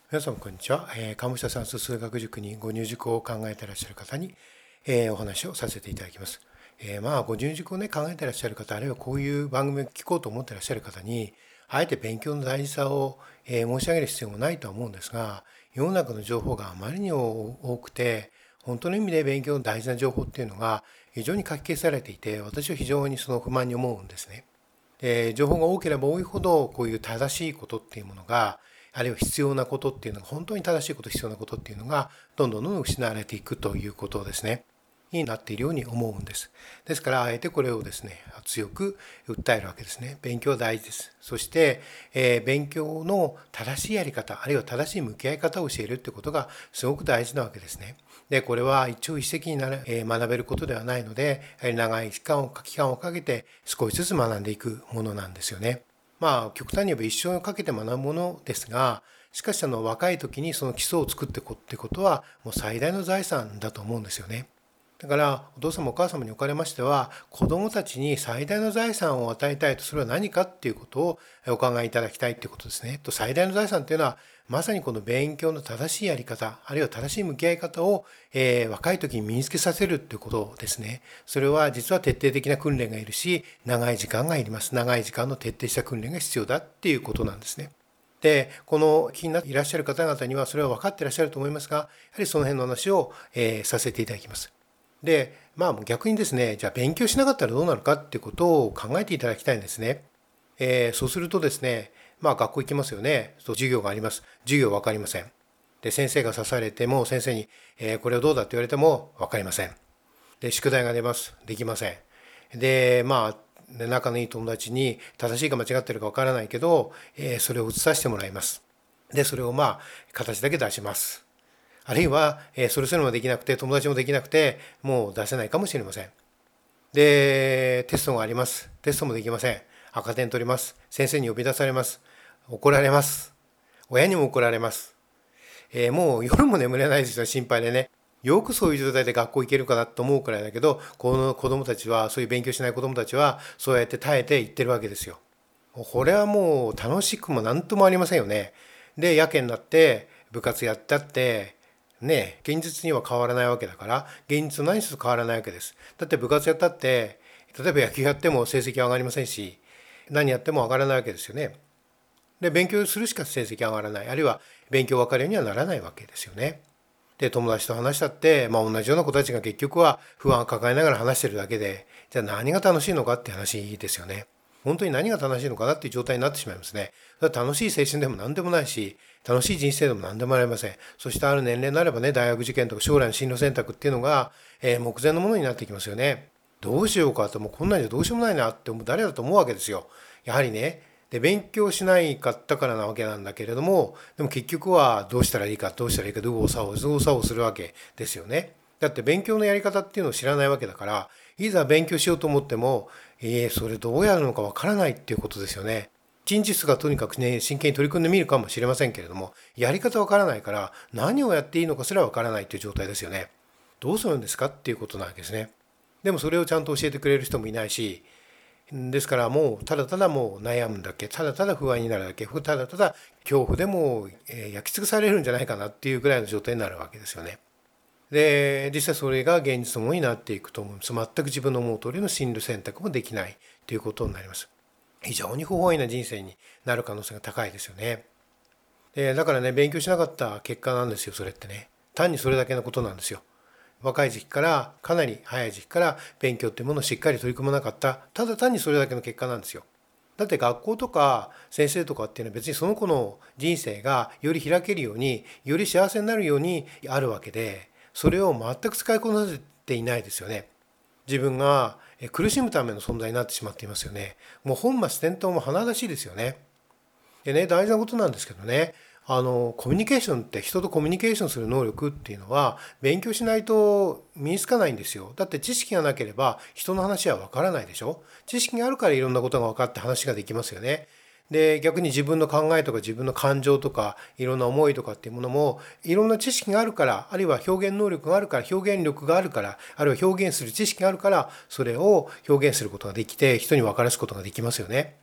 皆さんこんにちは。鴨下算数数学塾にご入塾を考えていらっしゃる方に、お話をさせていただきます。ご入塾をね、考えていらっしゃる方、あるいはこういう番組を聞こうと思っていらっしゃる方に、あえて勉強の大事さを、申し上げる必要もないとは思うんですが、世の中の情報があまりに多くて、本当の意味で勉強の大事な情報っていうのが非常に書き消されていて、私は非常にその不満に思うんですね。情報が多ければ多いほどこういう正しいことっていうものが、あるいは必要なことっていうのが、本当に正しいこと、必要なことっていうのがどんどん失われていくということですねになっているように思うんです。ですからあえてこれをですね強く訴えるわけですね。勉強は大事です。そして、勉強の正しいやり方、あるいは正しい向き合い方を教えるってことがすごく大事なわけですね。でこれは一朝一夕に学べることではないので、やはり長い期間をかけて少しずつ学んでいくものなんですよね。極端に言えば一生をかけて学ぶものですが、しかし若い時にその基礎を作っていくってことはもう最大の財産だと思うんですよね。だからお父様お母様におかれましては、子どもたちに最大の財産を与えたいと、それは何かっていうことをお考えいただきたいっていうことですね。最大の財産っていうのはまさにこの勉強の正しいやり方、あるいは正しい向き合い方を、若い時に身につけさせるっていうことですね。それは実は徹底的な訓練がいるし、長い時間がいります。長い時間の徹底した訓練が必要だっていうことなんですね。で、この気になっていらっしゃる方々にはそれは分かっていらっしゃると思いますが、やはりその辺の話を、させていただきます。で、逆にですね、じゃあ勉強しなかったらどうなるかっていうことを考えていただきたいんですね。そうするとですね、学校行きますよね。授業があります。授業分かりません。で、先生が指されても先生に、これをどうだって言われても分かりません。で、宿題が出ます。できません。で、仲のいい友達に正しいか間違ってるか分からないけど、それを写させてもらいます。で、それを形だけ出します。あるいは、それすらもできなくて、友達もできなくて、もう出せないかもしれません。で、テストがあります。テストもできません。赤点取ります。先生に呼び出されます。怒られます。親にも怒られます。もう夜も眠れないですよ、心配でね。よくそういう状態で学校行けるかなと思うくらいだけど、この子供たちは、そういう勉強しない子供たちは、そうやって耐えて行ってるわけですよ。これはもう楽しくも何ともありませんよね。で、やけになって部活やったってね、現実には変わらないわけだから、現実の何一つ変わらないわけです。だって部活やったって、例えば野球やっても成績上がりませんし、何やっても上がらないわけですよね。で、勉強するしか成績上がらない。あるいは勉強分かるようにはならないわけですよね。で、友達と話したって、同じような子たちが結局は不安を抱えながら話してるだけで、じゃあ何が楽しいのかって話ですよね。本当に何が楽しいのかなっていう状態になってしまいますね。楽しい青春でも何でもないし、楽しい人生でも何でもありません。そしてある年齢になればね、大学受験とか将来の進路選択っていうのが、目前のものになってきますよね。どうしようかと、もうこんなんじゃどうしようもないなって誰だと思うわけですよ。やはりね、で勉強しないかったからなわけなんだけれども、でも結局はどうしたらいいかどうしたらいいか右往左往するわけですよね。だって勉強のやり方っていうのを知らないわけだから、いざ勉強しようと思っても、それどうやるのかわからないっていうことですよね。一日数がとにかくね、真剣に取り組んでみるかもしれませんけれども、やり方わからないから、何をやっていいのかすらわからないという状態ですよね。どうするんですかっていうことなわけですね。でもそれをちゃんと教えてくれる人もいないし、ですからもうただただもう悩むだけ、ただただ不安になるだけ、ただただ恐怖でもう焼き尽くされるんじゃないかなっていうぐらいの状態になるわけですよね。で、実際それが現実のものになっていくと思うんです。全く自分の思う通りの進路選択もできないということになります。非常に不本意な人生になる可能性が高いですよね。だからね、勉強しなかった結果なんですよ、それってね。単にそれだけのことなんですよ。若い時期からかなり早い時期から勉強っていうものをしっかり取り組まなかった、ただ単にそれだけの結果なんですよ。だって学校とか先生とかっていうのは別にその子の人生がより開けるように、より幸せになるようにあるわけで、それを全く使いこなせていないですよね。自分が苦しむための存在になってしまっていますよね。もう本末転倒も甚だしいですよね。でね、大事なことなんですけどね、コミュニケーションって人とコミュニケーションする能力っていうのは勉強しないと身につかないんですよ。だって知識がなければ人の話はわからないでしょ。知識があるからいろんなことが分かって話ができますよね。で、逆に自分の考えとか自分の感情とかいろんな思いとかっていうものもいろんな知識があるから、あるいは表現能力があるから、表現力があるから、あるいは表現する知識があるから、それを表現することができて人に分からすことができますよね。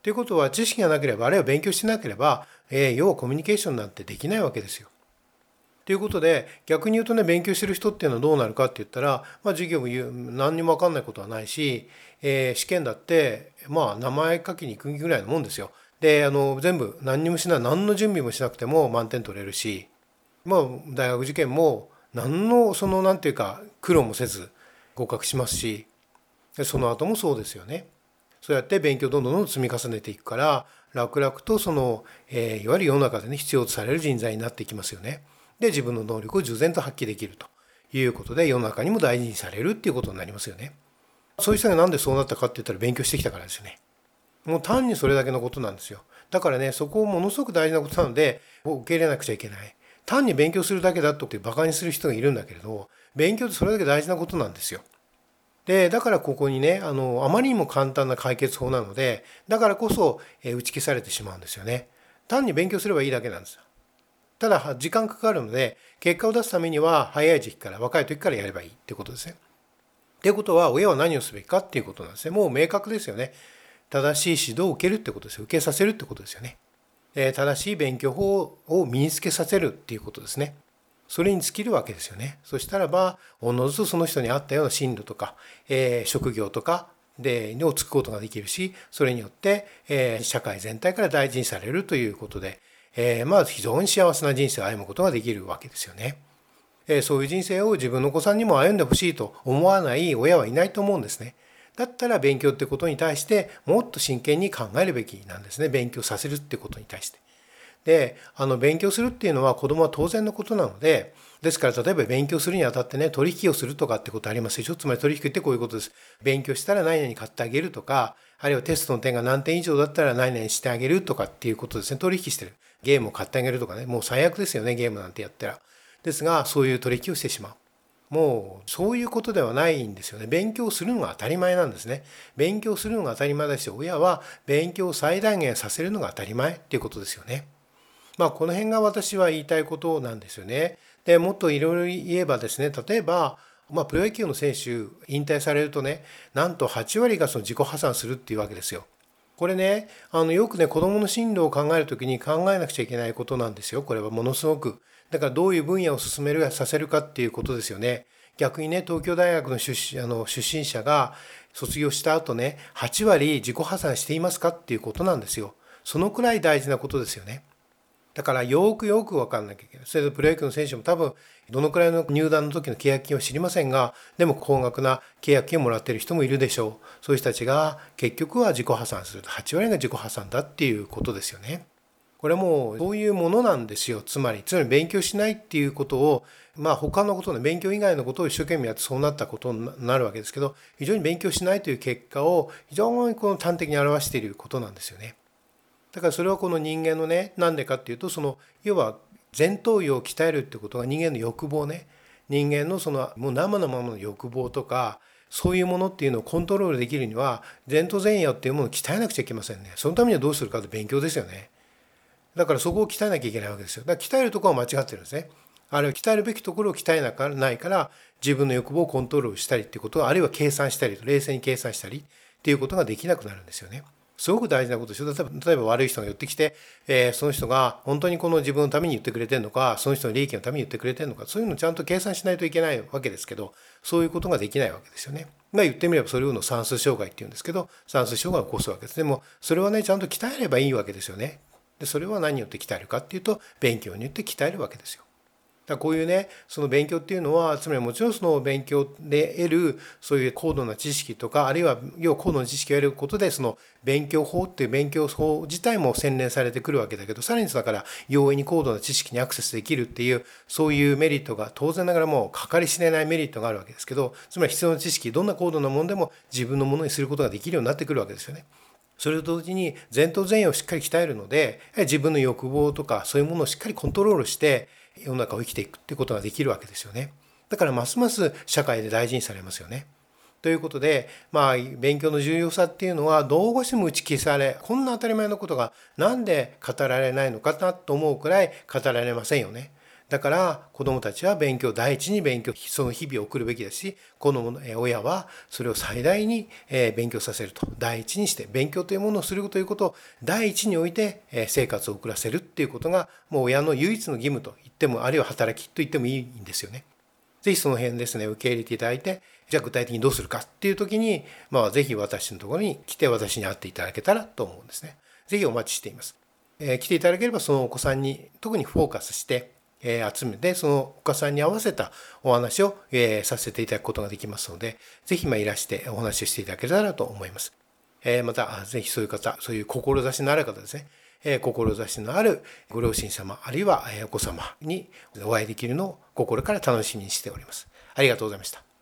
ということは知識がなければあるいは勉強してなければ、要はコミュニケーションなんてできないわけですよ。ということで逆に言うとね勉強してる人っていうのはどうなるかって言ったら、授業も何にも分かんないことはないし、試験だって名前書きに行くぐらいのもんですよ。で全部何にもしない何の準備もしなくても満点取れるし、大学受験も何のなんていうか苦労もせず合格しますし、その後もそうですよね。そうやって勉強をどんどん積み重ねていくから楽々といわゆる世の中でね必要とされる人材になっていきますよね。で自分の能力を十然と発揮できるということで世の中にも大事にされるっていうことになりますよね。そういう人がなんでそうなったかって言ったら勉強してきたからですよね。もう単にそれだけのことなんですよ。だからねそこをものすごく大事なことなので受け入れなくちゃいけない。単に勉強するだけだとってバカにする人がいるんだけれど、勉強ってそれだけ大事なことなんですよ。でだからここにねあまりにも簡単な解決法なのでだからこそ打ち消されてしまうんですよね。単に勉強すればいいだけなんです。ただ時間かかるので結果を出すためには早い時期から若い時からやればいいってことですね。っていうことは親は何をすべきかっていうことなんですね。もう明確ですよね。正しい指導を受けるってことですよ。受けさせるってことですよね。正しい勉強法を身につけさせるっていうことですね。それに尽きるわけですよね。そしたらばおのずとその人に合ったような進路とか、職業とかをつくことができるし、それによって、社会全体から大事にされるということで、非常に幸せな人生を歩むことができるわけですよね。そういう人生を自分のお子さんにも歩んでほしいと思わない親はいないと思うんですね。だったら勉強ってことに対してもっと真剣に考えるべきなんですね。勉強させるってことに対して。で勉強するっていうのは子どもは当然のことなので、ですから例えば勉強するにあたってね取引をするとかってことありますでしょ。つまり取引ってこういうことです。勉強したら何々買ってあげるとか、あるいはテストの点が何点以上だったら何々してあげるとかっていうことですね。取引してる。ゲームを買ってあげるとかね、もう最悪ですよねゲームなんてやったら。ですがそういう取引をしてしまう。もうそういうことではないんですよね。勉強するのが当たり前なんですね。勉強するのが当たり前だし、親は勉強を最大限させるのが当たり前っていうことですよね。この辺が私は言いたいことなんですよね。でもっといろいろ言えばですね、例えば、プロ野球の選手引退されるとね、なんと8割がその自己破産するっていうわけですよ。これね、よくね子どもの進路を考えるときに考えなくちゃいけないことなんですよ。これはものすごく。だからどういう分野を進めるさせるかっていうことですよね。逆にね東京大学の出身者が卒業した後ね8割自己破産していますかっていうことなんですよ。そのくらい大事なことですよね。だからよくよく分かんなきゃいけない。それでプロ野球の選手も多分どのくらいの入団の時の契約金は知りませんが、でも高額な契約金をもらっている人もいるでしょう。そういう人たちが結局は自己破産する。8割が自己破産だっていうことですよね。これもそういうものなんですよ。つまり勉強しないっていうことを、他のことね、勉強以外のことを一生懸命やってそうなったことになるわけですけど、非常に勉強しないという結果を非常に端的に表していることなんですよね。だからそれはこの人間のね、なんでかっていうと、要は前頭葉を鍛えるってことが人間の欲望ね、人間のもう生のままの欲望とか、そういうものっていうのをコントロールできるには、前頭前野っていうものを鍛えなくちゃいけませんね。そのためにはどうするかって勉強ですよね。だからそこを鍛えなきゃいけないわけですよ。だから鍛えるところは間違ってるんですね。あるいは鍛えるべきところを鍛えないから自分の欲望をコントロールしたりっていうことは、あるいは計算したり冷静に計算したりっていうことができなくなるんですよね。すごく大事なことですよ。例えば悪い人が寄ってきて、その人が本当にこの自分のために言ってくれてるのか、その人の利益のために言ってくれてるのか、そういうのをちゃんと計算しないといけないわけですけど、そういうことができないわけですよね。言ってみればそれを算数障害っていうんですけど、算数障害を起こすわけです。でもそれはねちゃんと鍛えればいいわけですよね。でそれは何によって鍛えるかっていうと、勉強によって鍛えるわけですよ。だからこういうねその勉強っていうのは、つまりもちろんその勉強で得るそういう高度な知識とか、あるいは要は高度な知識を得ることで、その勉強法っていう勉強法自体も洗練されてくるわけだけど、さらにだから容易に高度な知識にアクセスできるっていう、そういうメリットが当然ながらもう計り知れないメリットがあるわけですけど、つまり必要な知識、どんな高度なものでも自分のものにすることができるようになってくるわけですよね。それと同時に前頭前野をしっかり鍛えるので、自分の欲望とかそういうものをしっかりコントロールして世の中を生きていくっていうことができるわけですよね。だからますます社会で大事にされますよね。ということで、勉強の重要さっていうのはどうしても打ち消され、こんな当たり前のことがなんで語られないのかなと思うくらい語られませんよね。 だから子どもたちは第一に勉強、その日々を送るべきですし、子どもの親はそれを最大に勉強させると。第一にして勉強というものをするということを第一において生活を送らせるっていうことが、もう親の唯一の義務と言っても、あるいは働きと言ってもいいんですよね。ぜひその辺ですね、受け入れていただいて、じゃあ具体的にどうするかっていう時に、ぜひ私のところに来て私に会っていただけたらと思うんですね。ぜひお待ちしています。来ていただければそのお子さんに特にフォーカスして集めて、そのお子さんに合わせたお話をさせていただくことができますので、ぜひいらしてお話ししていただけたらと思います。またぜひそういう方、そういう志のある方ですね、志のあるご両親様あるいはお子様にお会いできるのを心から楽しみにしております。ありがとうございました。